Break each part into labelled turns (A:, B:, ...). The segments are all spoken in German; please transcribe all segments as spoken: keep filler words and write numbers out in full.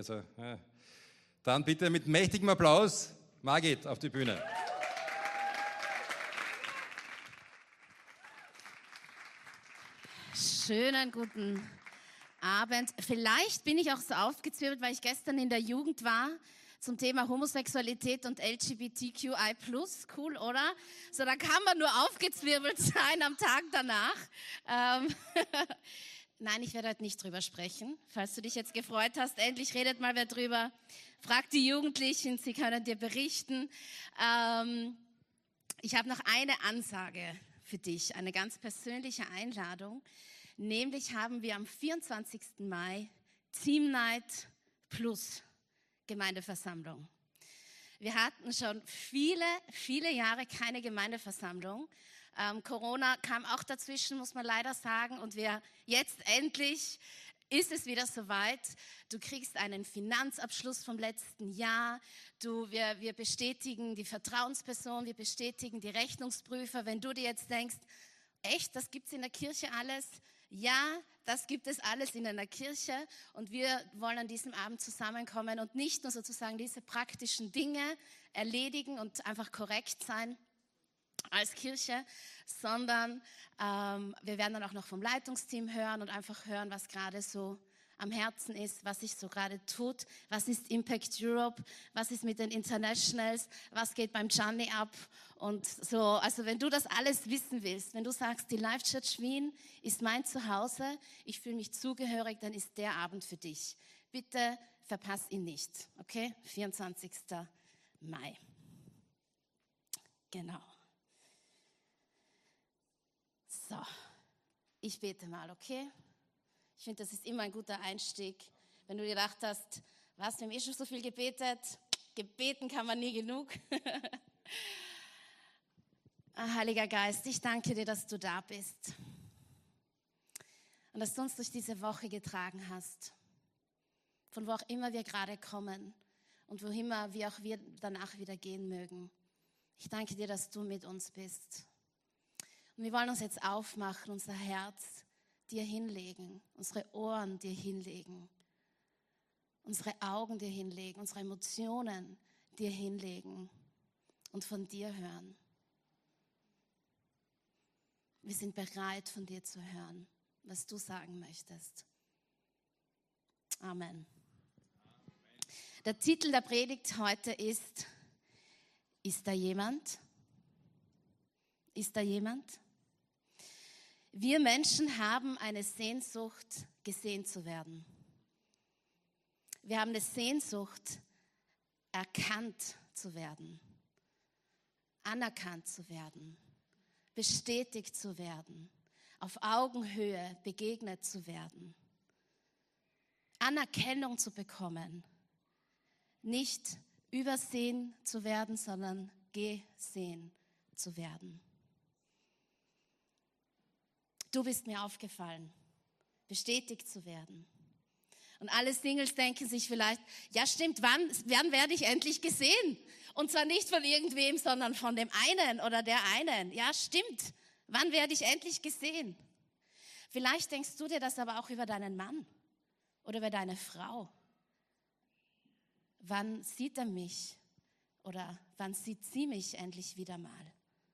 A: Also, ja. Dann bitte mit mächtigem Applaus Margit auf die Bühne.
B: Schönen guten Abend. Vielleicht bin ich auch so aufgezwirbelt, weil ich gestern in der Jugend war zum Thema Homosexualität und L G B T Q I plus. Cool, oder? So, da kann man nur aufgezwirbelt sein am Tag danach. Ähm Nein, ich werde heute nicht drüber sprechen. Falls du dich jetzt gefreut hast, endlich redet mal wer drüber. Frag die Jugendlichen, sie können dir berichten. Ähm ich habe noch eine Ansage für dich, eine ganz persönliche Einladung. Nämlich haben wir am vierundzwanzigsten Mai Team Night Plus Gemeindeversammlung. Wir hatten schon viele, viele Jahre keine Gemeindeversammlung. Ähm, Corona kam auch dazwischen, muss man leider sagen. Und wir jetzt endlich ist es wieder soweit. Du kriegst einen Finanzabschluss vom letzten Jahr. Du, wir, wir bestätigen die Vertrauensperson, wir bestätigen die Rechnungsprüfer. Wenn du dir jetzt denkst, echt, das gibt's in der Kirche alles? Ja, das gibt es alles in einer Kirche und wir wollen an diesem Abend zusammenkommen und nicht nur sozusagen diese praktischen Dinge erledigen und einfach korrekt sein als Kirche, sondern ähm, wir werden dann auch noch vom Leitungsteam hören und einfach hören, was gerade so am Herzen ist, was sich so gerade tut, was ist Impact Europe, was ist mit den Internationals, was geht beim Gianni ab und so. Also wenn du das alles wissen willst, wenn du sagst, die Life Church Wien ist mein Zuhause, ich fühle mich zugehörig, dann ist der Abend für dich. Bitte verpass ihn nicht, okay? vierundzwanzigsten Mai. Genau. So, ich bete mal, okay? Ich finde, das ist immer ein guter Einstieg. Wenn du dir gedacht hast, was, wir haben eh schon so viel gebetet, gebeten kann man nie genug. Heiliger Geist, ich danke dir, dass du da bist und dass du uns durch diese Woche getragen hast, von wo auch immer wir gerade kommen und wo immer wir auch wir danach wieder gehen mögen. Ich danke dir, dass du mit uns bist. Und wir wollen uns jetzt aufmachen, unser Herz dir hinlegen, unsere Ohren dir hinlegen, unsere Augen dir hinlegen, unsere Emotionen dir hinlegen und von dir hören. Wir sind bereit, von dir zu hören, was du sagen möchtest. Amen. Der Titel der Predigt heute ist, ist da jemand? Ist da jemand? Wir Menschen haben eine Sehnsucht, gesehen zu werden. Wir haben eine Sehnsucht, erkannt zu werden, anerkannt zu werden, bestätigt zu werden, auf Augenhöhe begegnet zu werden, Anerkennung zu bekommen, nicht übersehen zu werden, sondern gesehen zu werden. Du bist mir aufgefallen, bestätigt zu werden. Und alle Singles denken sich vielleicht, ja stimmt, wann, wann werde ich endlich gesehen? Und zwar nicht von irgendwem, sondern von dem einen oder der einen. Ja stimmt, wann werde ich endlich gesehen? Vielleicht denkst du dir das aber auch über deinen Mann oder über deine Frau. Wann sieht er mich oder wann sieht sie mich endlich wieder mal?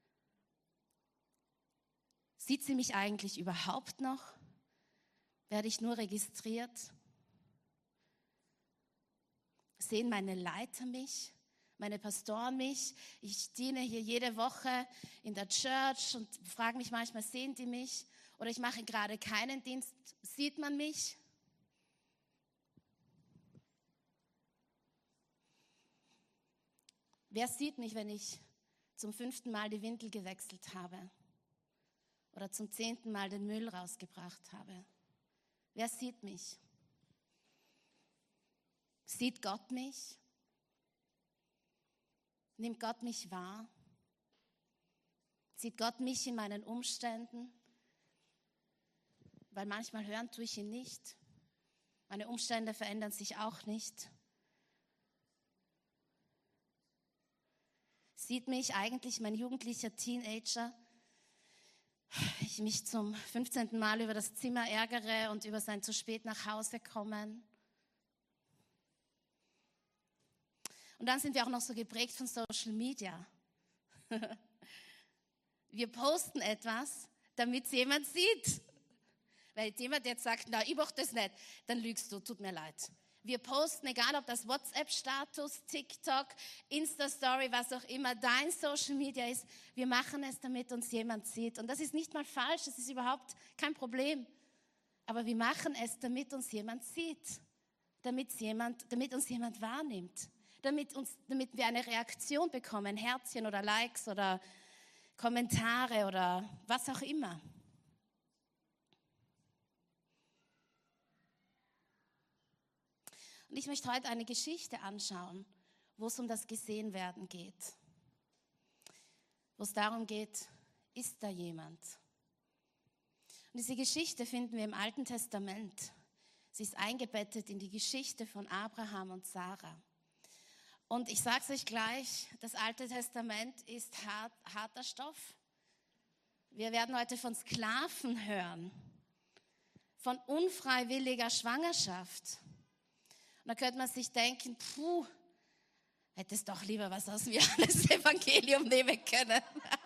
B: Sieht sie mich eigentlich überhaupt noch? Werde ich nur registriert? Sehen meine Leiter mich? Meine Pastoren mich? Ich diene hier jede Woche in der Church und frage mich manchmal, sehen die mich? Oder ich mache gerade keinen Dienst, sieht man mich? Wer sieht mich, wenn ich zum fünften Mal die Windel gewechselt habe? Oder zum zehnten Mal den Müll rausgebracht habe? Wer sieht mich? Sieht Gott mich? Nimmt Gott mich wahr? Sieht Gott mich in meinen Umständen? Weil manchmal hören tue ich ihn nicht. Meine Umstände verändern sich auch nicht. Sieht mich eigentlich mein jugendlicher Teenager, ich mich zum fünfzehnten Mal über das Zimmer ärgere und über sein zu spät nach Hause kommen? Und dann sind wir auch noch so geprägt von Social Media. Wir posten etwas, damit es jemand sieht. Weil jemand jetzt sagt, na, ich mach das nicht, dann lügst du, tut mir leid. Wir posten, egal ob das WhatsApp-Status, TikTok, Insta-Story, was auch immer dein Social Media ist, wir machen es, damit uns jemand sieht. Und das ist nicht mal falsch, das ist überhaupt kein Problem. Aber wir machen es, damit uns jemand sieht, damit, jemand, damit uns jemand wahrnimmt, damit, uns, damit wir eine Reaktion bekommen, Herzchen oder Likes oder Kommentare oder was auch immer. Und ich möchte heute eine Geschichte anschauen, wo es um das Gesehenwerden geht. Wo es darum geht, ist da jemand? Und diese Geschichte finden wir im Alten Testament. Sie ist eingebettet in die Geschichte von Abraham und Sarah. Und ich sage es euch gleich, das Alte Testament ist hart, harter Stoff. Wir werden heute von Sklaven hören, von unfreiwilliger Schwangerschaft. Und da könnte man sich denken, puh, hättest doch lieber was aus dem Johannes-Evangelium nehmen können.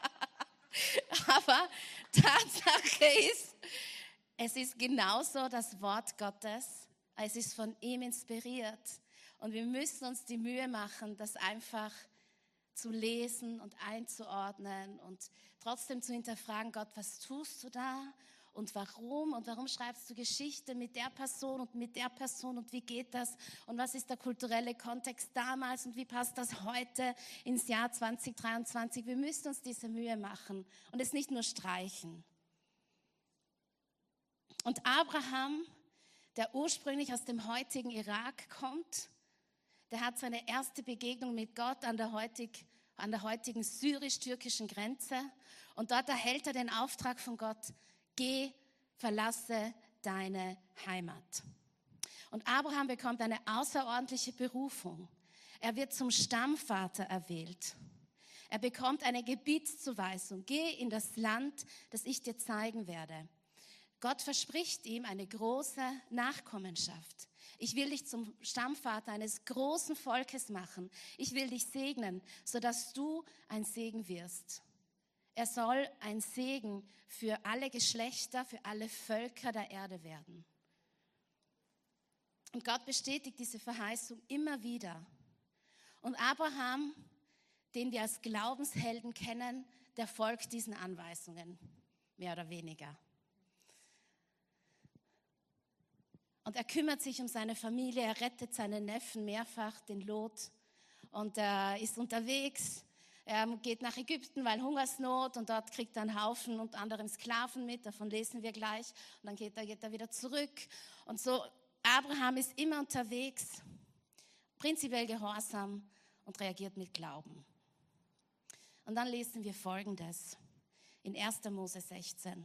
B: Aber Tatsache ist, es ist genauso das Wort Gottes, es ist von ihm inspiriert. Und wir müssen uns die Mühe machen, das einfach zu lesen und einzuordnen und trotzdem zu hinterfragen, Gott, was tust du da? Und warum? Und warum schreibst du Geschichte mit der Person und mit der Person und wie geht das? Und was ist der kulturelle Kontext damals und wie passt das heute ins Jahr zwanzig dreiundzwanzig? Wir müssen uns diese Mühe machen und es nicht nur streichen. Und Abraham, der ursprünglich aus dem heutigen Irak kommt, der hat seine erste Begegnung mit Gott an der, heutig, an der heutigen syrisch-türkischen Grenze. Und dort erhält er den Auftrag von Gott, geh, verlasse deine Heimat. Und Abraham bekommt eine außerordentliche Berufung. Er wird zum Stammvater erwählt. Er bekommt eine Gebietszuweisung. Geh in das Land, das ich dir zeigen werde. Gott verspricht ihm eine große Nachkommenschaft. Ich will dich zum Stammvater eines großen Volkes machen. Ich will dich segnen, sodass du ein Segen wirst. Er soll ein Segen für alle Geschlechter, für alle Völker der Erde werden. Und Gott bestätigt diese Verheißung immer wieder. Und Abraham, den wir als Glaubenshelden kennen, der folgt diesen Anweisungen, mehr oder weniger. Und er kümmert sich um seine Familie, er rettet seinen Neffen mehrfach, den Lot. Und er ist unterwegs, er geht nach Ägypten, weil Hungersnot und dort kriegt er einen Haufen unter anderem Sklaven mit, davon lesen wir gleich. Und dann geht er, geht er wieder zurück. Und so, Abraham ist immer unterwegs, prinzipiell gehorsam und reagiert mit Glauben. Und dann lesen wir Folgendes in erster Mose sechzehn.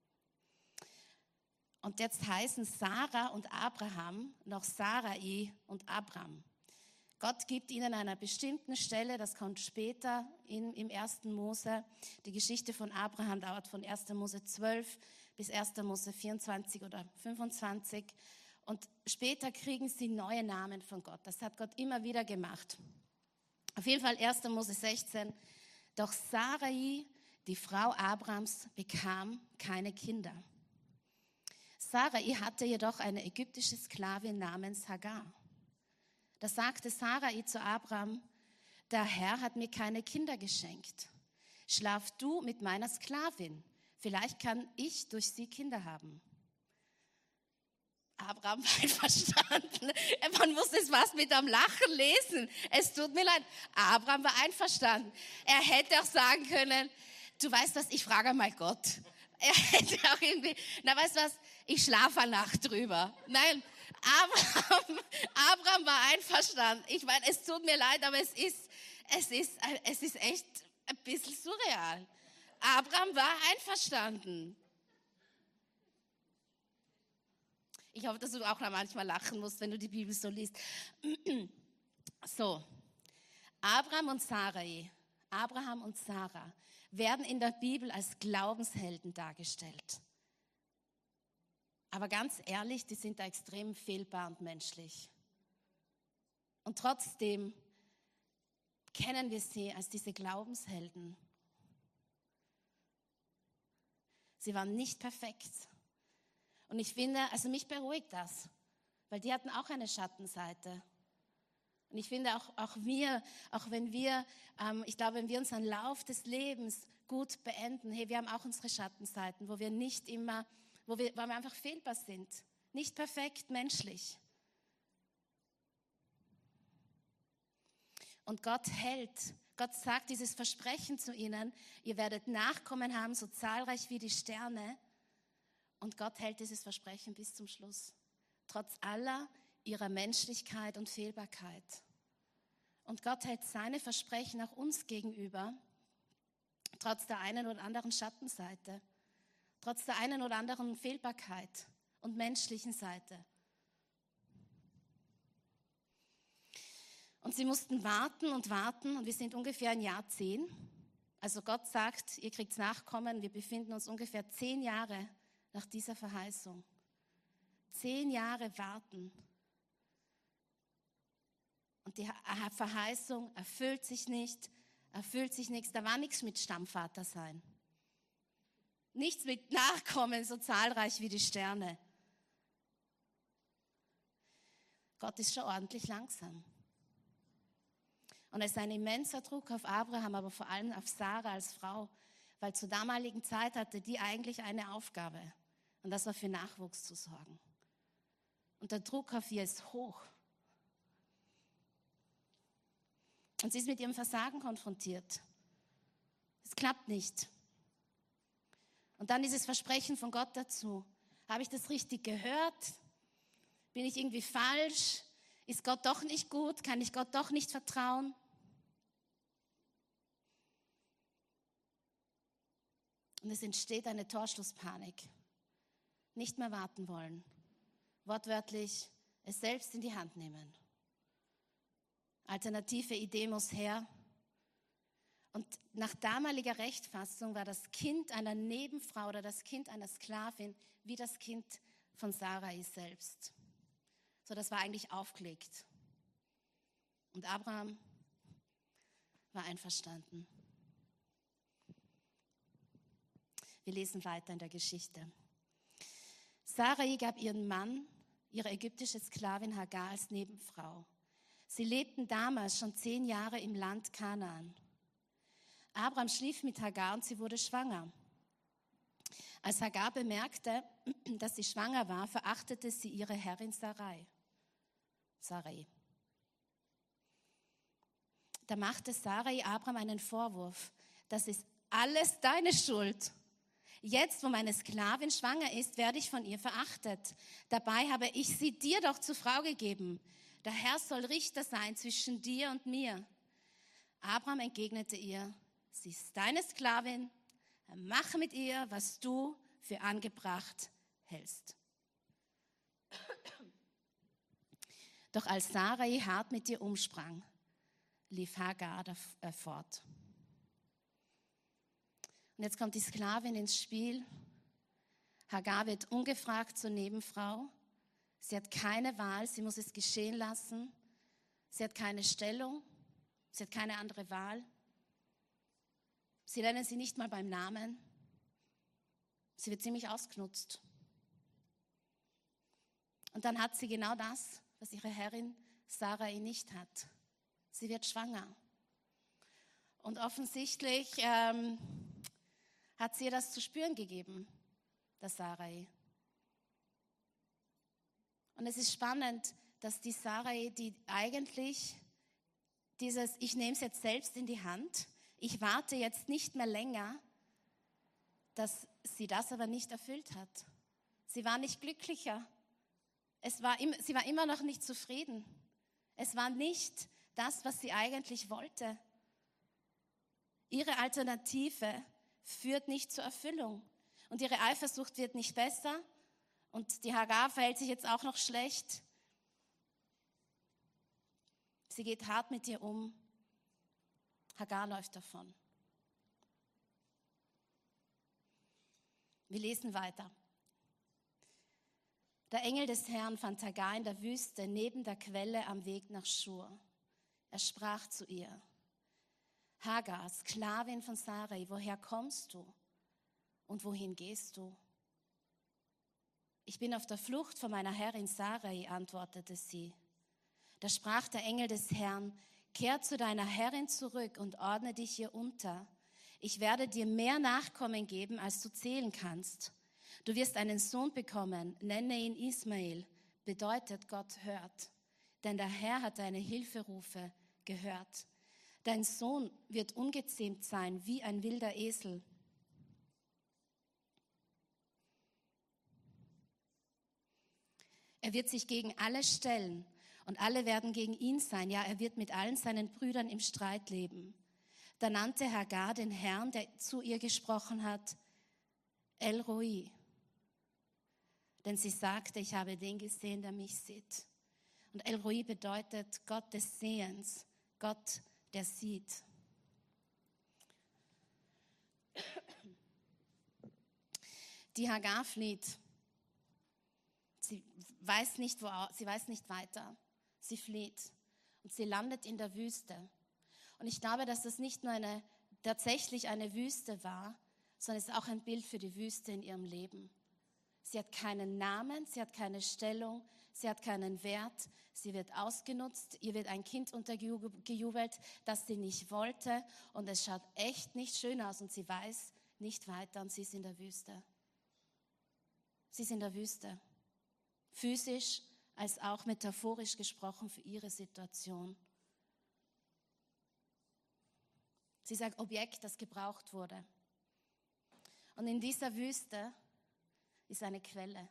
B: Und jetzt heißen Sarah und Abraham noch Sarai und Abram. Gott gibt ihnen an einer bestimmten Stelle, das kommt später in, im ersten Mose, die Geschichte von Abraham dauert von erster Mose zwölf bis erster Mose vierundzwanzig oder fünfundzwanzig. Und später kriegen sie neue Namen von Gott. Das hat Gott immer wieder gemacht. Auf jeden Fall erster Mose sechzehn. Doch Sarai, die Frau Abrams, bekam keine Kinder. Sarai hatte jedoch eine ägyptische Sklavin namens Hagar. Da sagte Sarai zu Abram, der Herr hat mir keine Kinder geschenkt. Schlaf du mit meiner Sklavin, vielleicht kann ich durch sie Kinder haben. Abram war einverstanden. Man muss es was mit am Lachen lesen. Es tut mir leid. Abram war einverstanden. Er hätte auch sagen können, du weißt was, ich frage mal Gott. Er hätte auch irgendwie, na weißt du was, ich schlafe eine Nacht drüber. Nein, Abraham, Abraham war einverstanden. Ich meine, es tut mir leid, aber es ist, es ist, es ist echt ein bisschen surreal. Abraham war einverstanden. Ich hoffe, dass du auch manchmal lachen musst, wenn du die Bibel so liest. So, Abraham und Sarai, Abraham und Sarah werden in der Bibel als Glaubenshelden dargestellt. Aber ganz ehrlich, die sind da extrem fehlbar und menschlich. Und trotzdem kennen wir sie als diese Glaubenshelden. Sie waren nicht perfekt. Und ich finde, also mich beruhigt das, weil die hatten auch eine Schattenseite. Und ich finde auch, auch wir, auch wenn wir, ähm, ich glaube, wenn wir unseren Lauf des Lebens gut beenden, hey, wir haben auch unsere Schattenseiten, wo wir nicht immer, wo wir, wo wir einfach fehlbar sind. Nicht perfekt, menschlich. Und Gott hält, Gott sagt dieses Versprechen zu ihnen, ihr werdet Nachkommen haben, so zahlreich wie die Sterne. Und Gott hält dieses Versprechen bis zum Schluss. Trotz aller ihrer Menschlichkeit und Fehlbarkeit. Und Gott hält seine Versprechen auch uns gegenüber, trotz der einen oder anderen Schattenseite, trotz der einen oder anderen Fehlbarkeit und menschlichen Seite. Und sie mussten warten und warten und wir sind ungefähr ein Jahr zehn. Also Gott sagt, ihr kriegt Nachkommen, wir befinden uns ungefähr zehn Jahre nach dieser Verheißung. Zehn Jahre warten. Und die Verheißung erfüllt sich nicht, erfüllt sich nichts. Da war nichts mit Stammvater sein. Nichts mit Nachkommen, so zahlreich wie die Sterne. Gott ist schon ordentlich langsam. Und es ist ein immenser Druck auf Abraham, aber vor allem auf Sarah als Frau, weil zur damaligen Zeit hatte die eigentlich eine Aufgabe. Und das war für Nachwuchs zu sorgen. Und der Druck auf ihr ist hoch. Und sie ist mit ihrem Versagen konfrontiert. Es klappt nicht. Und dann dieses Versprechen von Gott dazu. Habe ich das richtig gehört? Bin ich irgendwie falsch? Ist Gott doch nicht gut? Kann ich Gott doch nicht vertrauen? Und es entsteht eine Torschlusspanik. Nicht mehr warten wollen. Wortwörtlich es selbst in die Hand nehmen. Alternative Idee muss her. Und nach damaliger Rechtfassung war das Kind einer Nebenfrau oder das Kind einer Sklavin wie das Kind von Sarai selbst. So, das war eigentlich aufgelegt. Und Abraham war einverstanden. Wir lesen weiter in der Geschichte. Sarai gab ihren Mann, ihre ägyptische Sklavin Hagar, als Nebenfrau. Sie lebten damals schon zehn Jahre im Land Kanaan. Abraham schlief mit Hagar und sie wurde schwanger. Als Hagar bemerkte, dass sie schwanger war, verachtete sie ihre Herrin Sarai. Sarai. Da machte Sarai Abraham einen Vorwurf. Das ist alles deine Schuld. Jetzt, wo meine Sklavin schwanger ist, werde ich von ihr verachtet. Dabei habe ich sie dir doch zur Frau gegeben. Der Herr soll Richter sein zwischen dir und mir. Abraham entgegnete ihr, sie ist deine Sklavin, mache mit ihr, was du für angebracht hältst. Doch als Sarai hart mit ihr umsprang, lief Hagar fort. Und jetzt kommt die Sklavin ins Spiel. Hagar wird ungefragt zur Nebenfrau. Sie hat keine Wahl, sie muss es geschehen lassen. Sie hat keine Stellung, sie hat keine andere Wahl. Sie nennen sie nicht mal beim Namen. Sie wird ziemlich ausgenutzt. Und dann hat sie genau das, was ihre Herrin Sarai nicht hat. Sie wird schwanger. Und offensichtlich ähm, hat sie ihr das zu spüren gegeben, der Sarai. Und es ist spannend, dass die Sarai, die eigentlich dieses, ich nehme es jetzt selbst in die Hand, ich warte jetzt nicht mehr länger, dass sie das aber nicht erfüllt hat. Sie war nicht glücklicher. Es war, sie war immer noch nicht zufrieden. Es war nicht das, was sie eigentlich wollte. Ihre Alternative führt nicht zur Erfüllung. Und ihre Eifersucht wird nicht besser. Und die Hagar verhält sich jetzt auch noch schlecht. Sie geht hart mit ihr um. Hagar läuft davon. Wir lesen weiter. Der Engel des Herrn fand Hagar in der Wüste neben der Quelle am Weg nach Schur. Er sprach zu ihr, Hagar, Sklavin von Sarai, woher kommst du und wohin gehst du? Ich bin auf der Flucht von meiner Herrin Sarai, antwortete sie. Da sprach der Engel des Herrn, kehr zu deiner Herrin zurück und ordne dich ihr unter. Ich werde dir mehr Nachkommen geben, als du zählen kannst. Du wirst einen Sohn bekommen, nenne ihn Ismael, bedeutet Gott hört. Denn der Herr hat deine Hilferufe gehört. Dein Sohn wird ungezähmt sein wie ein wilder Esel. Er wird sich gegen alle stellen und alle werden gegen ihn sein. Ja, er wird mit allen seinen Brüdern im Streit leben. Da nannte Hagar den Herrn, der zu ihr gesprochen hat, El Roi. Denn sie sagte, ich habe den gesehen, der mich sieht. Und El Roi bedeutet Gott des Sehens, Gott, der sieht. Die Hagar flieht. Sie weiß nicht, wo, sie weiß nicht weiter. Sie flieht und sie landet in der Wüste. Und ich glaube, dass das nicht nur eine, tatsächlich eine Wüste war, sondern es ist auch ein Bild für die Wüste in ihrem Leben. Sie hat keinen Namen, sie hat keine Stellung, sie hat keinen Wert, sie wird ausgenutzt, ihr wird ein Kind untergejubelt, das sie nicht wollte und es schaut echt nicht schön aus und sie weiß nicht weiter und sie ist in der Wüste. Sie ist in der Wüste, physisch als auch metaphorisch gesprochen für ihre Situation. Sie ist ein Objekt, das gebraucht wurde. Und in dieser Wüste ist eine Quelle.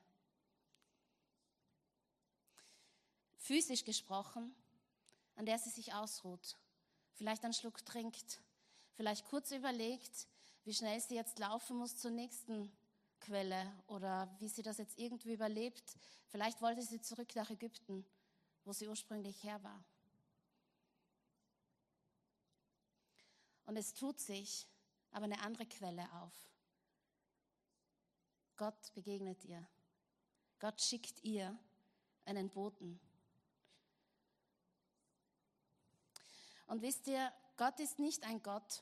B: Physisch gesprochen, an der sie sich ausruht, vielleicht einen Schluck trinkt, vielleicht kurz überlegt, wie schnell sie jetzt laufen muss zur nächsten Quelle oder wie sie das jetzt irgendwie überlebt. Vielleicht wollte sie zurück nach Ägypten, wo sie ursprünglich her war. Und es tut sich aber eine andere Quelle auf. Gott begegnet ihr. Gott schickt ihr einen Boten. Und wisst ihr, Gott ist nicht ein Gott,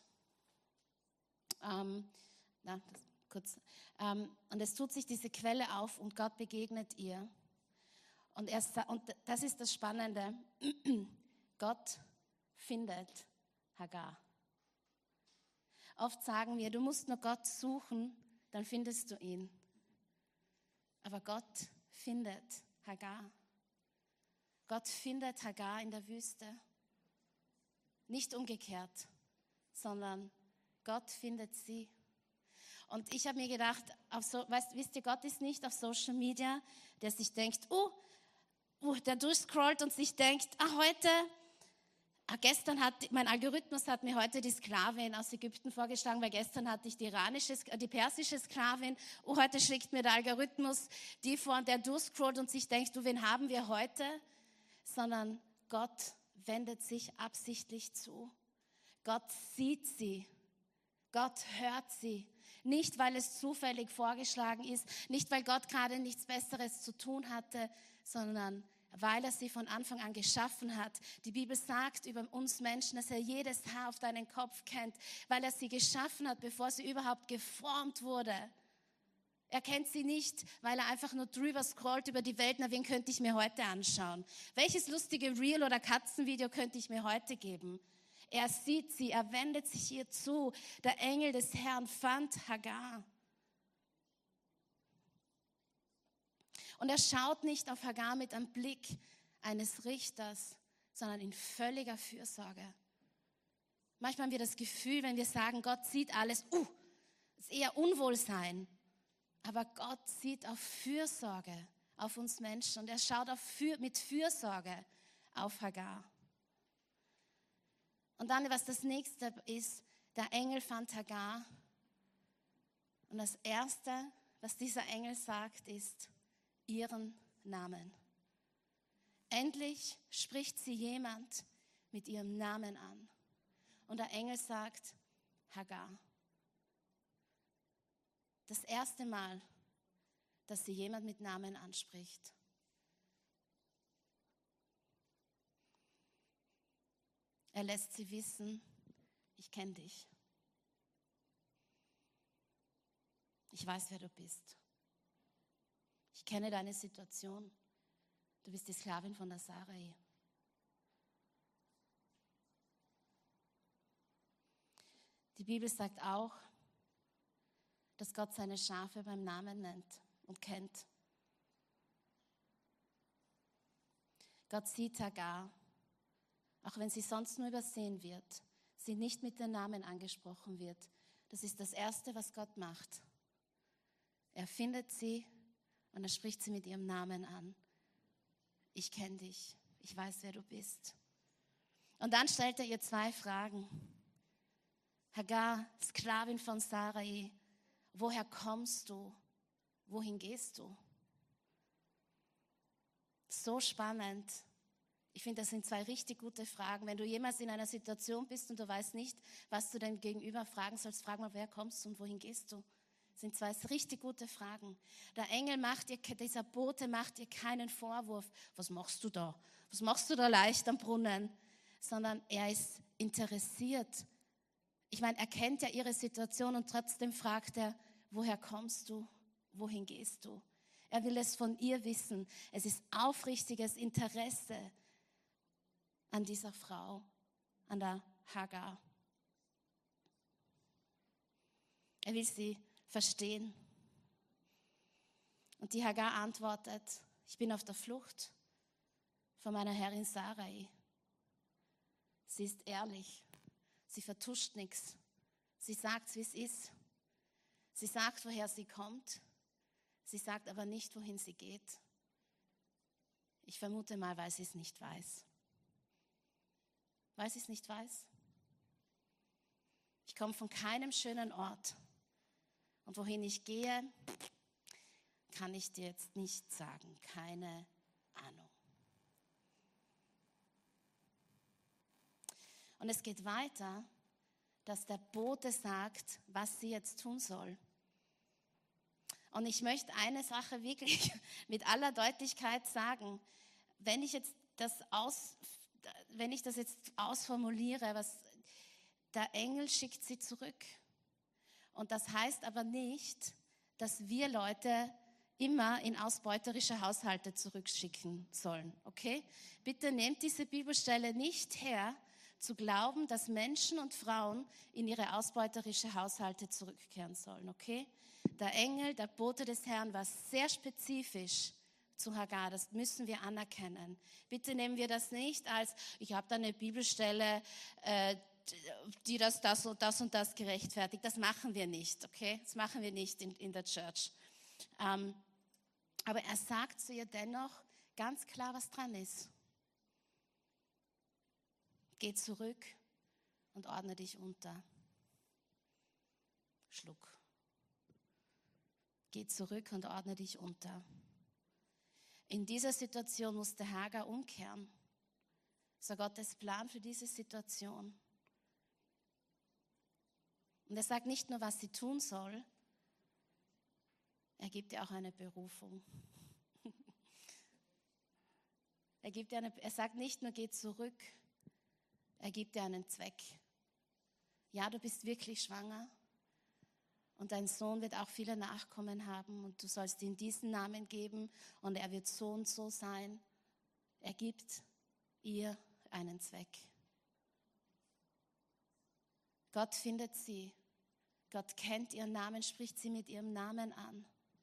B: ähm, na, das, kurz, ähm, und es tut sich diese Quelle auf und Gott begegnet ihr. Und, er, und das ist das Spannende, Gott findet Hagar. Oft sagen wir, du musst nur Gott suchen, dann findest du ihn. Aber Gott findet Hagar. Gott findet Hagar in der Wüste. Nicht umgekehrt, sondern Gott findet sie. Und ich habe mir gedacht, auf so, weißt, wisst ihr, Gott ist nicht auf Social Media, der sich denkt, oh, oh der durchscrollt und sich denkt, ah, heute, ah, gestern hat, mein Algorithmus hat mir heute die Sklavin aus Ägypten vorgeschlagen, weil gestern hatte ich die iranische, die persische Sklavin, oh, heute schlägt mir der Algorithmus die vor, der durchscrollt und sich denkt, du, wen haben wir heute? Sondern Gott wendet sich absichtlich zu. Gott sieht sie. Gott hört sie. Nicht, weil es zufällig vorgeschlagen ist, nicht, weil Gott gerade nichts Besseres zu tun hatte, sondern weil er sie von Anfang an geschaffen hat. Die Bibel sagt über uns Menschen, dass er jedes Haar auf deinen Kopf kennt, weil er sie geschaffen hat, bevor sie überhaupt geformt wurde. Er kennt sie nicht, weil er einfach nur drüber scrollt über die Welt. Na, wen könnte ich mir heute anschauen? Welches lustige Reel oder Katzenvideo könnte ich mir heute geben? Er sieht sie, er wendet sich ihr zu. Der Engel des Herrn fand Hagar. Und er schaut nicht auf Hagar mit einem Blick eines Richters, sondern in völliger Fürsorge. Manchmal haben wir das Gefühl, wenn wir sagen, Gott sieht alles, uh, ist eher Unwohlsein. Aber Gott sieht auf Fürsorge auf uns Menschen und er schaut auf für, mit Fürsorge auf Hagar. Und dann, was das nächste ist, der Engel fand Hagar. Und das Erste, was dieser Engel sagt, ist ihren Namen. Endlich spricht sie jemand mit ihrem Namen an. Und der Engel sagt, Hagar. Das erste Mal, dass sie jemand mit Namen anspricht. Er lässt sie wissen, ich kenne dich. Ich weiß, wer du bist. Ich kenne deine Situation. Du bist die Sklavin von der Sarai. Die Bibel sagt auch, dass Gott seine Schafe beim Namen nennt und kennt. Gott sieht Hagar, auch wenn sie sonst nur übersehen wird, sie nicht mit dem Namen angesprochen wird. Das ist das Erste, was Gott macht. Er findet sie und er spricht sie mit ihrem Namen an. Ich kenne dich, ich weiß, wer du bist. Und dann stellt er ihr zwei Fragen. Hagar, Sklavin von Sarai, woher kommst du? Wohin gehst du? So spannend. Ich finde, das sind zwei richtig gute Fragen. Wenn du jemals in einer Situation bist und du weißt nicht, was du deinem Gegenüber fragen sollst, frag mal, woher kommst du und wohin gehst du? Das sind zwei richtig gute Fragen. Der Engel macht dir, dieser Bote macht dir keinen Vorwurf. Was machst du da? Was machst du da leicht am Brunnen? Sondern er ist interessiert. Ich meine, er kennt ja ihre Situation und trotzdem fragt er, woher kommst du? Wohin gehst du? Er will es von ihr wissen. Es ist aufrichtiges Interesse an dieser Frau, an der Hagar. Er will sie verstehen. Und die Hagar antwortet, ich bin auf der Flucht von meiner Herrin Sarai. Sie ist ehrlich. Sie vertuscht nichts. Sie sagt, wie es ist. Sie sagt, woher sie kommt. Sie sagt aber nicht, wohin sie geht. Ich vermute mal, weil sie es nicht weiß. Weil sie es nicht weiß. Ich komme von keinem schönen Ort. Und wohin ich gehe, kann ich dir jetzt nicht sagen. Keine Ahnung. Und es geht weiter, dass der Bote sagt, was sie jetzt tun soll. Und ich möchte eine Sache wirklich mit aller Deutlichkeit sagen. Wenn ich jetzt das aus, wenn ich das jetzt ausformuliere, was der Engel schickt sie zurück. Und das heißt aber nicht, dass wir Leute immer in ausbeuterische Haushalte zurückschicken sollen. Okay? Bitte nehmt diese Bibelstelle nicht her, zu glauben, dass Menschen und Frauen in ihre ausbeuterische Haushalte zurückkehren sollen, okay? Der Engel, der Bote des Herrn war sehr spezifisch zu Hagar, das müssen wir anerkennen. Bitte nehmen wir das nicht als, ich habe da eine Bibelstelle, äh, die das, das und das und das gerechtfertigt. Das machen wir nicht, okay? Das machen wir nicht in, in der Church. Ähm, aber er sagt zu ihr dennoch ganz klar, was dran ist. Geh zurück und ordne dich unter. Schluck. Geh zurück und ordne dich unter. In dieser Situation musste Hagar umkehren. Das war Gottes Plan für diese Situation. Und er sagt nicht nur, was sie tun soll, er gibt ihr auch eine Berufung. er, gibt ihr eine, er sagt nicht nur, geh zurück, er gibt dir einen Zweck. Ja, du bist wirklich schwanger und dein Sohn wird auch viele Nachkommen haben und du sollst ihm diesen Namen geben und er wird so und so sein. Er gibt ihr einen Zweck. Gott findet sie. Gott kennt ihren Namen, spricht sie mit ihrem Namen an.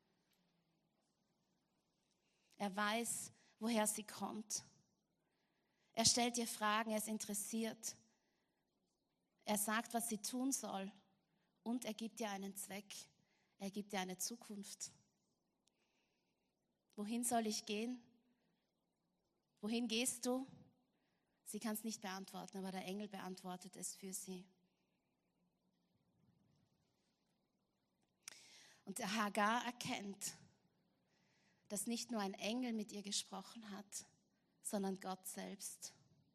B: Er weiß, woher sie kommt. Er stellt ihr Fragen, er ist interessiert. Er sagt, was sie tun soll. Und er gibt ihr einen Zweck. Er gibt ihr eine Zukunft. Wohin soll ich gehen? Wohin gehst du? Sie kann es nicht beantworten, aber der Engel beantwortet es für sie. Und der Hagar erkennt, dass nicht nur ein Engel mit ihr gesprochen hat, sondern Gott selbst.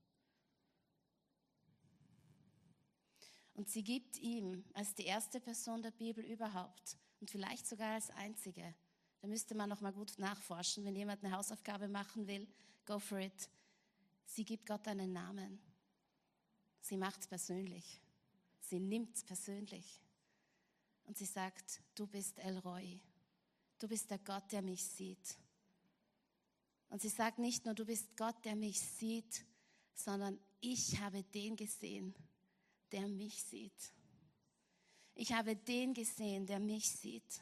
B: Und sie gibt ihm als die erste Person der Bibel überhaupt und vielleicht sogar als einzige, da müsste man noch mal gut nachforschen, wenn jemand eine Hausaufgabe machen will, go for it. Sie gibt Gott einen Namen. Sie macht es persönlich. Sie nimmt es persönlich. Und sie sagt, du bist El Roi. Du bist der Gott, der mich sieht. Und sie sagt nicht nur, du bist Gott, der mich sieht, sondern ich habe den gesehen, der mich sieht. Ich habe den gesehen, der mich sieht.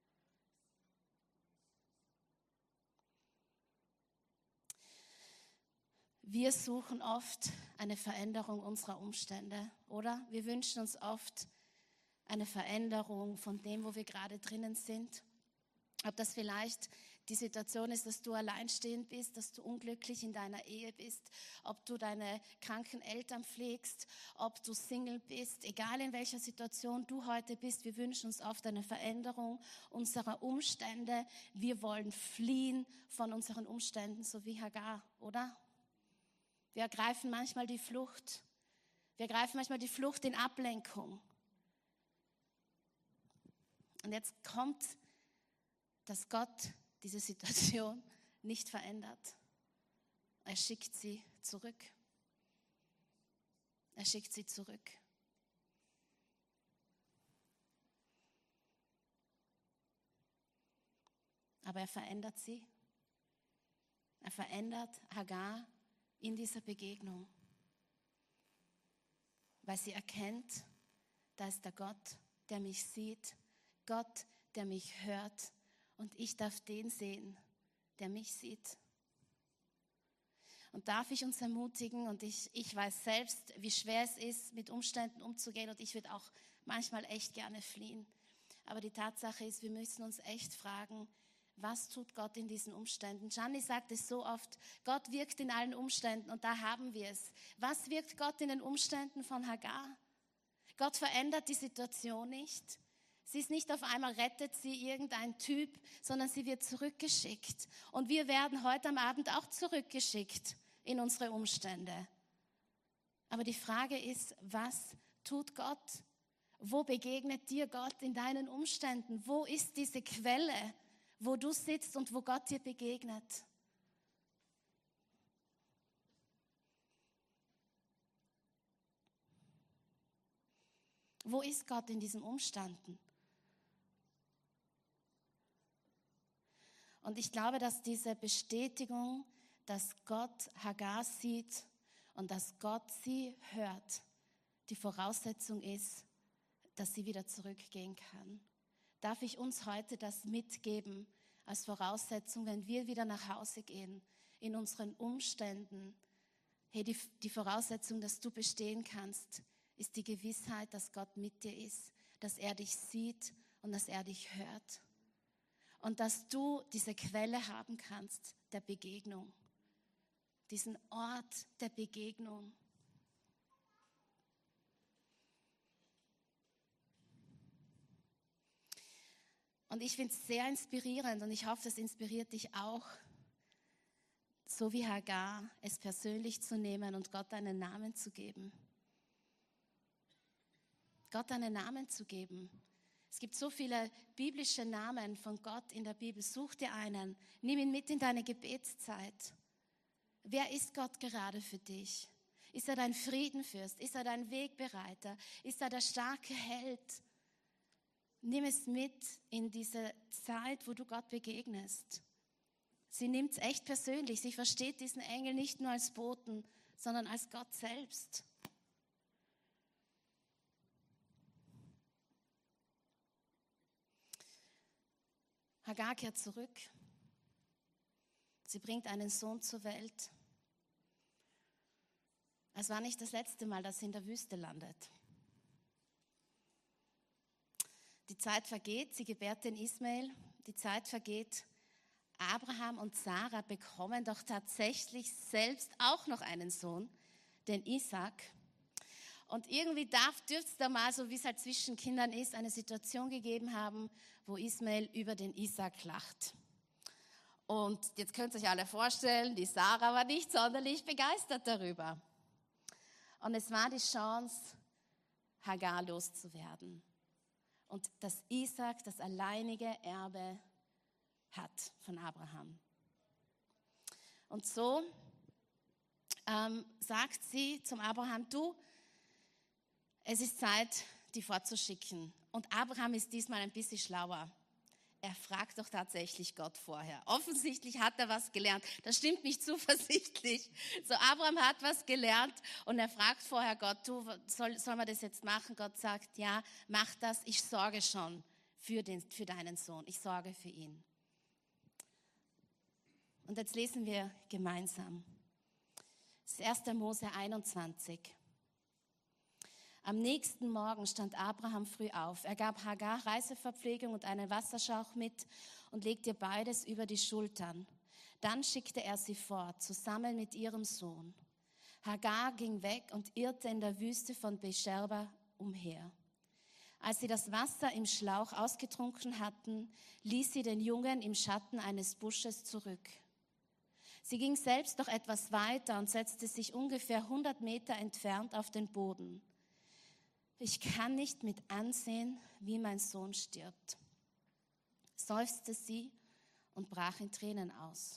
B: Wir suchen oft eine Veränderung unserer Umstände, oder? Wir wünschen uns oft eine Veränderung von dem, wo wir gerade drinnen sind. Ob das vielleicht die Situation ist, dass du alleinstehend bist, dass du unglücklich in deiner Ehe bist, ob du deine kranken Eltern pflegst, ob du Single bist, egal in welcher Situation du heute bist, wir wünschen uns oft eine Veränderung unserer Umstände. Wir wollen fliehen von unseren Umständen, so wie Hagar, oder? Wir ergreifen manchmal die Flucht. Wir ergreifen manchmal die Flucht in Ablenkung. Und jetzt kommt, dass Gott diese Situation nicht verändert. Er schickt sie zurück. Er schickt sie zurück. Aber er verändert sie. Er verändert Hagar in dieser Begegnung, weil sie erkennt, da ist der Gott, der mich sieht, Gott, der mich hört, und ich darf den sehen, der mich sieht. Und darf ich uns ermutigen, und ich, ich weiß selbst, wie schwer es ist, mit Umständen umzugehen, und ich würde auch manchmal echt gerne fliehen. Aber die Tatsache ist, wir müssen uns echt fragen, was tut Gott in diesen Umständen? Gianni sagt es so oft, Gott wirkt in allen Umständen, und da haben wir es. Was wirkt Gott in den Umständen von Hagar? Gott verändert die Situation nicht. Sie ist nicht auf einmal, rettet sie irgendein Typ, sondern sie wird zurückgeschickt. Und wir werden heute am Abend auch zurückgeschickt in unsere Umstände. Aber die Frage ist, was tut Gott? Wo begegnet dir Gott in deinen Umständen? Wo ist diese Quelle, wo du sitzt und wo Gott dir begegnet? Wo ist Gott in diesen Umständen? Und ich glaube, dass diese Bestätigung, dass Gott Hagar sieht und dass Gott sie hört, die Voraussetzung ist, dass sie wieder zurückgehen kann. Darf ich uns heute das mitgeben als Voraussetzung, wenn wir wieder nach Hause gehen, in unseren Umständen? Hey, die, die Voraussetzung, dass du bestehen kannst, ist die Gewissheit, dass Gott mit dir ist, dass er dich sieht und dass er dich hört. Und dass du diese Quelle haben kannst der Begegnung, diesen Ort der Begegnung. Und ich finde es sehr inspirierend, und ich hoffe, es inspiriert dich auch, so wie Hagar, es persönlich zu nehmen und Gott einen Namen zu geben. Gott einen Namen zu geben. Es gibt so viele biblische Namen von Gott in der Bibel. Such dir einen, nimm ihn mit in deine Gebetszeit. Wer ist Gott gerade für dich? Ist er dein Friedenfürst? Ist er dein Wegbereiter? Ist er der starke Held? Nimm es mit in diese Zeit, wo du Gott begegnest. Sie nimmt es echt persönlich. Sie versteht diesen Engel nicht nur als Boten, sondern als Gott selbst. Hagar kehrt zurück. Sie bringt einen Sohn zur Welt. Es war nicht das letzte Mal, dass sie in der Wüste landet. Die Zeit vergeht, sie gebärt den Ismael. Die Zeit vergeht. Abraham und Sarah bekommen doch tatsächlich selbst auch noch einen Sohn, den Isaac. Und irgendwie darf, dürfte es da mal, so wie es halt zwischen Kindern ist, eine Situation gegeben haben, wo Ismael über den Isaac lacht. Und jetzt könnt ihr euch alle vorstellen, die Sarah war nicht sonderlich begeistert darüber. Und es war die Chance, Hagar loszuwerden. Und dass Isaac das alleinige Erbe hat von Abraham. Und so ähm, sagt sie zum Abraham, du, Es ist Zeit, die fortzuschicken. Und Abraham ist diesmal ein bisschen schlauer. Er fragt doch tatsächlich Gott vorher. Offensichtlich hat er was gelernt. Das stimmt mich zuversichtlich. So, Abraham hat was gelernt und er fragt vorher Gott, du, soll, soll man das jetzt machen? Gott sagt, ja, mach das. Ich sorge schon für, den, für deinen Sohn. Ich sorge für ihn. Und jetzt lesen wir gemeinsam. Das ist erster Mose einundzwanzig. Am nächsten Morgen stand Abraham früh auf. Er gab Hagar Reiseverpflegung und einen Wasserschlauch mit und legte ihr beides über die Schultern. Dann schickte er sie fort, zusammen mit ihrem Sohn. Hagar ging weg und irrte in der Wüste von Beersheba umher. Als sie das Wasser im Schlauch ausgetrunken hatten, ließ sie den Jungen im Schatten eines Busches zurück. Sie ging selbst noch etwas weiter und setzte sich ungefähr hundert Meter entfernt auf den Boden. Ich kann nicht mit ansehen, wie mein Sohn stirbt, seufzte sie und brach in Tränen aus.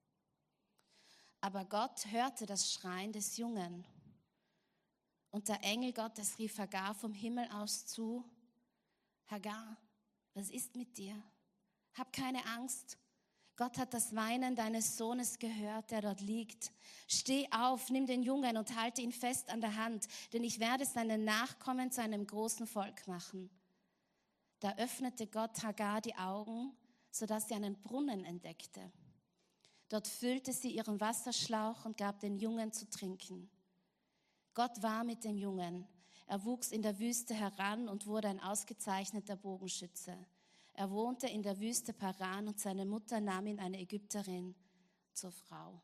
B: Aber Gott hörte das Schreien des Jungen und der Engel Gottes rief Hagar vom Himmel aus zu: Hagar, was ist mit dir? Hab keine Angst. Gott hat das Weinen deines Sohnes gehört, der dort liegt. Steh auf, nimm den Jungen und halte ihn fest an der Hand, denn ich werde seine Nachkommen zu einem großen Volk machen. Da öffnete Gott Hagar die Augen, sodass sie einen Brunnen entdeckte. Dort füllte sie ihren Wasserschlauch und gab den Jungen zu trinken. Gott war mit dem Jungen. Er wuchs in der Wüste heran und wurde ein ausgezeichneter Bogenschütze. Er wohnte in der Wüste Paran und seine Mutter nahm ihn, eine Ägypterin, zur Frau.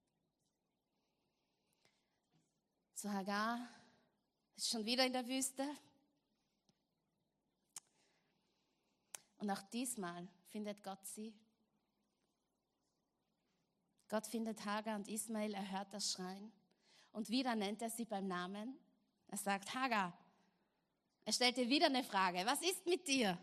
B: So, Hagar ist schon wieder in der Wüste. Und auch diesmal findet Gott sie. Gott findet Hagar und Ismael, er hört das Schreien. Und wieder nennt er sie beim Namen. Er sagt, Hagar. Er stellt ihr wieder eine Frage, was ist mit dir?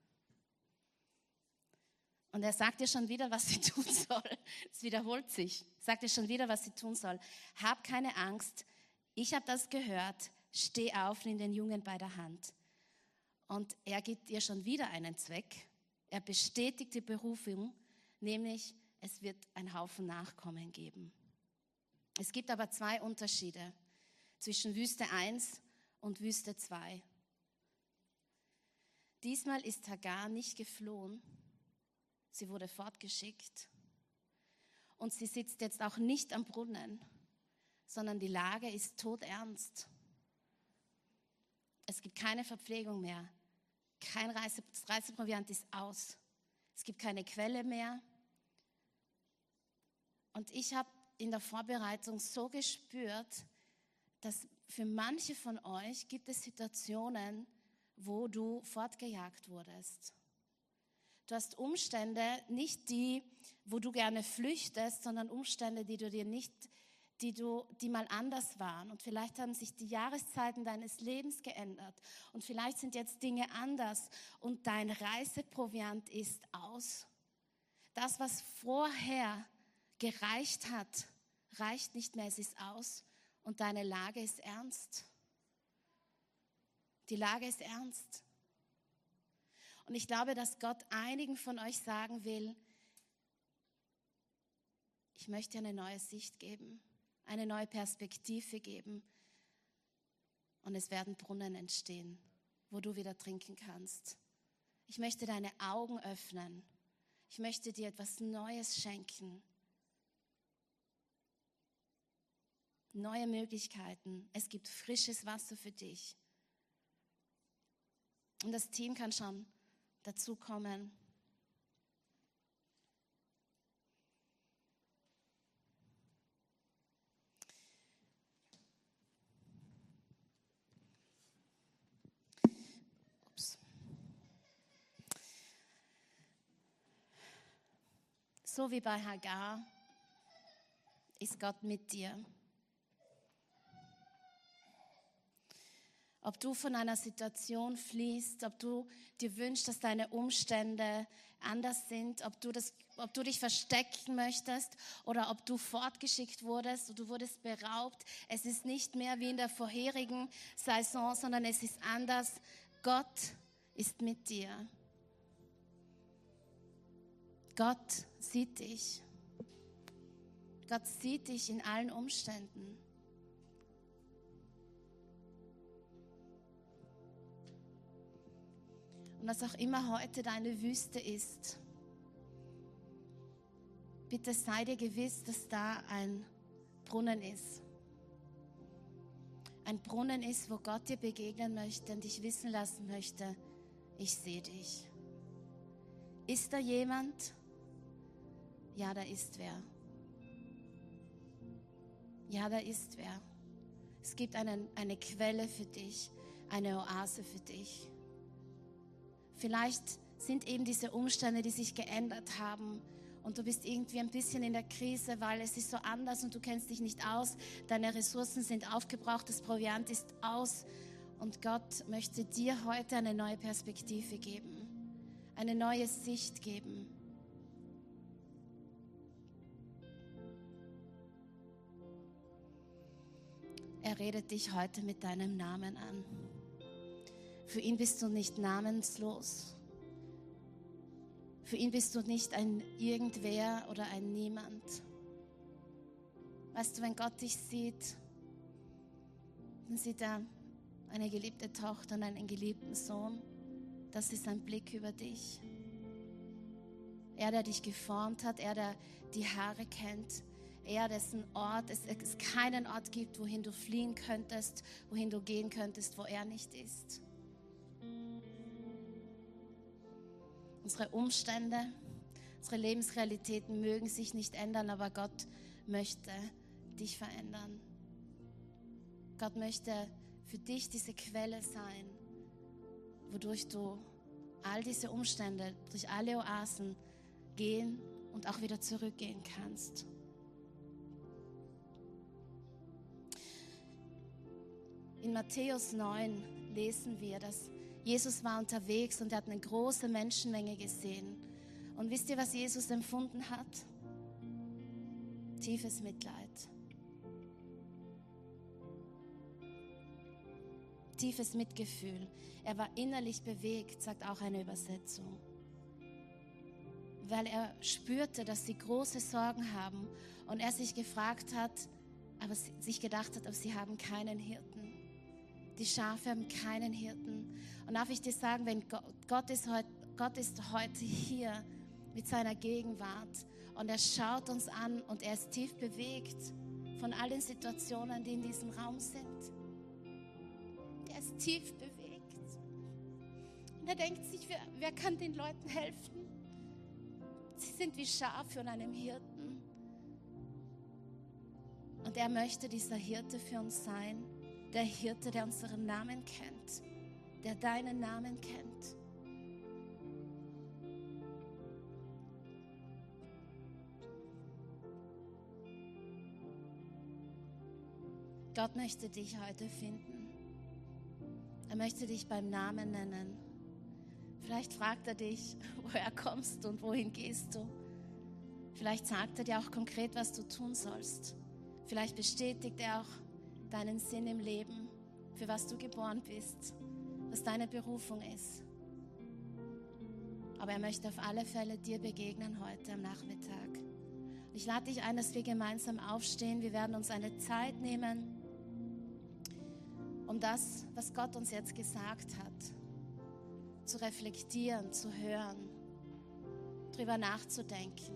B: Und er sagt ihr schon wieder, was sie tun soll. Es wiederholt sich. Er sagt ihr schon wieder, was sie tun soll. Hab keine Angst. Ich habe das gehört. Steh auf, nimm den Jungen bei der Hand. Und er gibt ihr schon wieder einen Zweck. Er bestätigt die Berufung, nämlich es wird ein Haufen Nachkommen geben. Es gibt aber zwei Unterschiede zwischen Wüste eins und Wüste zwei. Diesmal ist Hagar nicht geflohen. Sie wurde fortgeschickt und sie sitzt jetzt auch nicht am Brunnen, sondern die Lage ist todernst. Es gibt keine Verpflegung mehr, kein Reise, das Reiseproviant ist aus, es gibt keine Quelle mehr. Und ich habe in der Vorbereitung so gespürt, dass für manche von euch gibt es Situationen, wo du fortgejagt wurdest. Du hast Umstände, nicht die, wo du gerne flüchtest, sondern Umstände, die du dir nicht, die du, die mal anders waren. Und vielleicht haben sich die Jahreszeiten deines Lebens geändert. Und vielleicht sind jetzt Dinge anders und dein Reiseproviant ist aus. Das, was vorher gereicht hat, reicht nicht mehr, es ist aus und deine Lage ist ernst. Die Lage ist ernst. Und ich glaube, dass Gott einigen von euch sagen will, ich möchte dir eine neue Sicht geben, eine neue Perspektive geben. Und es werden Brunnen entstehen, wo du wieder trinken kannst. Ich möchte deine Augen öffnen. Ich möchte dir etwas Neues schenken. Neue Möglichkeiten. Es gibt frisches Wasser für dich. Und das Team kann schon dazu kommen. Ups. So wie bei Hagar ist Gott mit dir. Ob du von einer Situation fliehst, ob du dir wünschst, dass deine Umstände anders sind, ob du, das, ob du dich verstecken möchtest oder ob du fortgeschickt wurdest und du wurdest beraubt. Es ist nicht mehr wie in der vorherigen Saison, sondern es ist anders. Gott ist mit dir. Gott sieht dich. Gott sieht dich in allen Umständen. Und was auch immer heute deine Wüste ist, bitte sei dir gewiss, dass da ein Brunnen ist. Ein Brunnen ist, wo Gott dir begegnen möchte und dich wissen lassen möchte, ich sehe dich. Ist da jemand? Ja, da ist wer. Ja, da ist wer. Es gibt einen, eine Quelle für dich, eine Oase für dich. Vielleicht sind eben diese Umstände, die sich geändert haben und du bist irgendwie ein bisschen in der Krise, weil es ist so anders und du kennst dich nicht aus. Deine Ressourcen sind aufgebraucht, das Proviant ist aus und Gott möchte dir heute eine neue Perspektive geben, eine neue Sicht geben. Er redet dich heute mit deinem Namen an. Für ihn bist du nicht namenslos. Für ihn bist du nicht ein Irgendwer oder ein Niemand. Weißt du, wenn Gott dich sieht, dann sieht er eine geliebte Tochter und einen geliebten Sohn. Das ist ein Blick über dich. Er, der dich geformt hat, er, der die Haare kennt, er, dessen Ort, es, es keinen Ort gibt, wohin du fliehen könntest, wohin du gehen könntest, wo er nicht ist. Unsere Umstände, unsere Lebensrealitäten mögen sich nicht ändern, aber Gott möchte dich verändern. Gott möchte für dich diese Quelle sein, wodurch du all diese Umstände, durch alle Oasen gehen und auch wieder zurückgehen kannst. In Matthäus neun lesen wir, dass Jesus war unterwegs und er hat eine große Menschenmenge gesehen. Und wisst ihr, was Jesus empfunden hat? Tiefes Mitleid. Tiefes Mitgefühl. Er war innerlich bewegt, sagt auch eine Übersetzung. Weil er spürte, dass sie große Sorgen haben und er sich gefragt hat, aber sich gedacht hat, aber sie haben keinen Hirten. Die Schafe haben keinen Hirten. Und darf ich dir sagen, wenn Gott, Gott, ist heut, Gott ist heute hier mit seiner Gegenwart und er schaut uns an und er ist tief bewegt von all den Situationen, die in diesem Raum sind. Er ist tief bewegt. Und er denkt sich, wer, wer kann den Leuten helfen? Sie sind wie Schafe von einem Hirten. Und er möchte dieser Hirte für uns sein. Der Hirte, der unseren Namen kennt, der deinen Namen kennt. Gott möchte dich heute finden. Er möchte dich beim Namen nennen. Vielleicht fragt er dich, woher kommst du und wohin gehst du. Vielleicht sagt er dir auch konkret, was du tun sollst. Vielleicht bestätigt er auch deinen Sinn im Leben, für was du geboren bist, was deine Berufung ist. Aber er möchte auf alle Fälle dir begegnen heute am Nachmittag. Und ich lade dich ein, dass wir gemeinsam aufstehen. Wir werden uns eine Zeit nehmen, um das, was Gott uns jetzt gesagt hat, zu reflektieren, zu hören, drüber nachzudenken.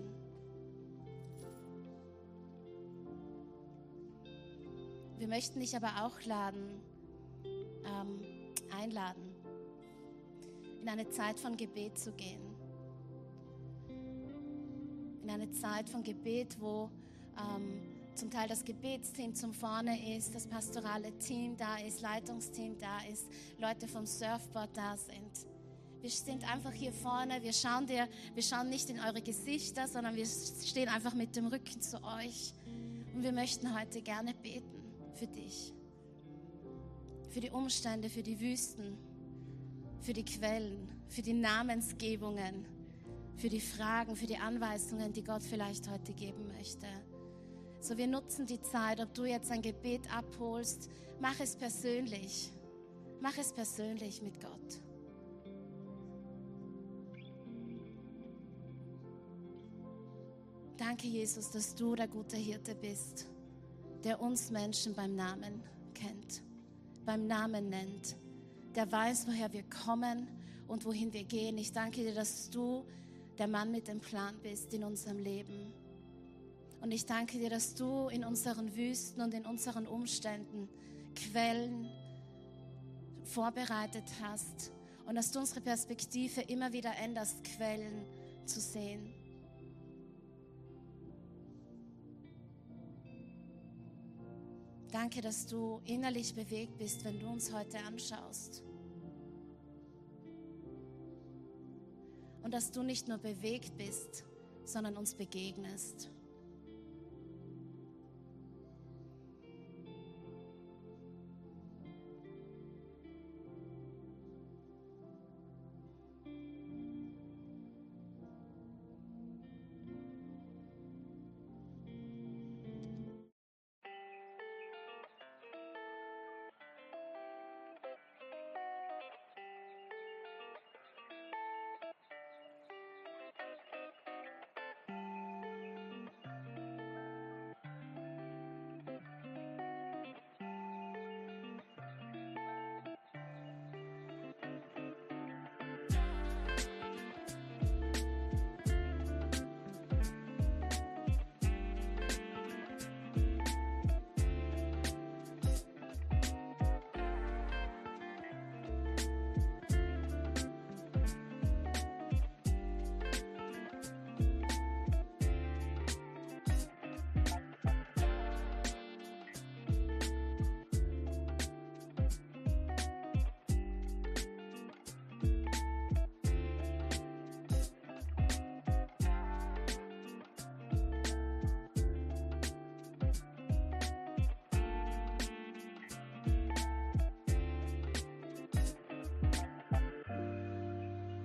B: Wir möchten dich aber auch laden, ähm, einladen, in eine Zeit von Gebet zu gehen. In eine Zeit von Gebet, wo ähm, zum Teil das Gebetsteam zum Vorne ist, das pastorale Team da ist, Leitungsteam da ist, Leute vom Surfboard da sind. Wir sind einfach hier vorne, wir schauen dir, wir schauen nicht in eure Gesichter, sondern wir stehen einfach mit dem Rücken zu euch. Und wir möchten heute gerne beten für dich. für die Umstände, für die Wüsten, für die Quellen, für die Namensgebungen, für die Fragen, für die Anweisungen, die Gott vielleicht heute geben möchte. So, wir nutzen die Zeit, ob du jetzt ein Gebet abholst, mach es persönlich. Mach es persönlich mit Gott. Danke, Jesus, dass du der gute Hirte bist, der uns Menschen beim Namen kennt, beim Namen nennt, der weiß, woher wir kommen und wohin wir gehen. Ich danke dir, dass du der Mann mit dem Plan bist in unserem Leben. Und ich danke dir, dass du in unseren Wüsten und in unseren Umständen Quellen vorbereitet hast und dass du unsere Perspektive immer wieder änderst, Quellen zu sehen. Danke, dass du innerlich bewegt bist, wenn du uns heute anschaust. Und dass du nicht nur bewegt bist, sondern uns begegnest.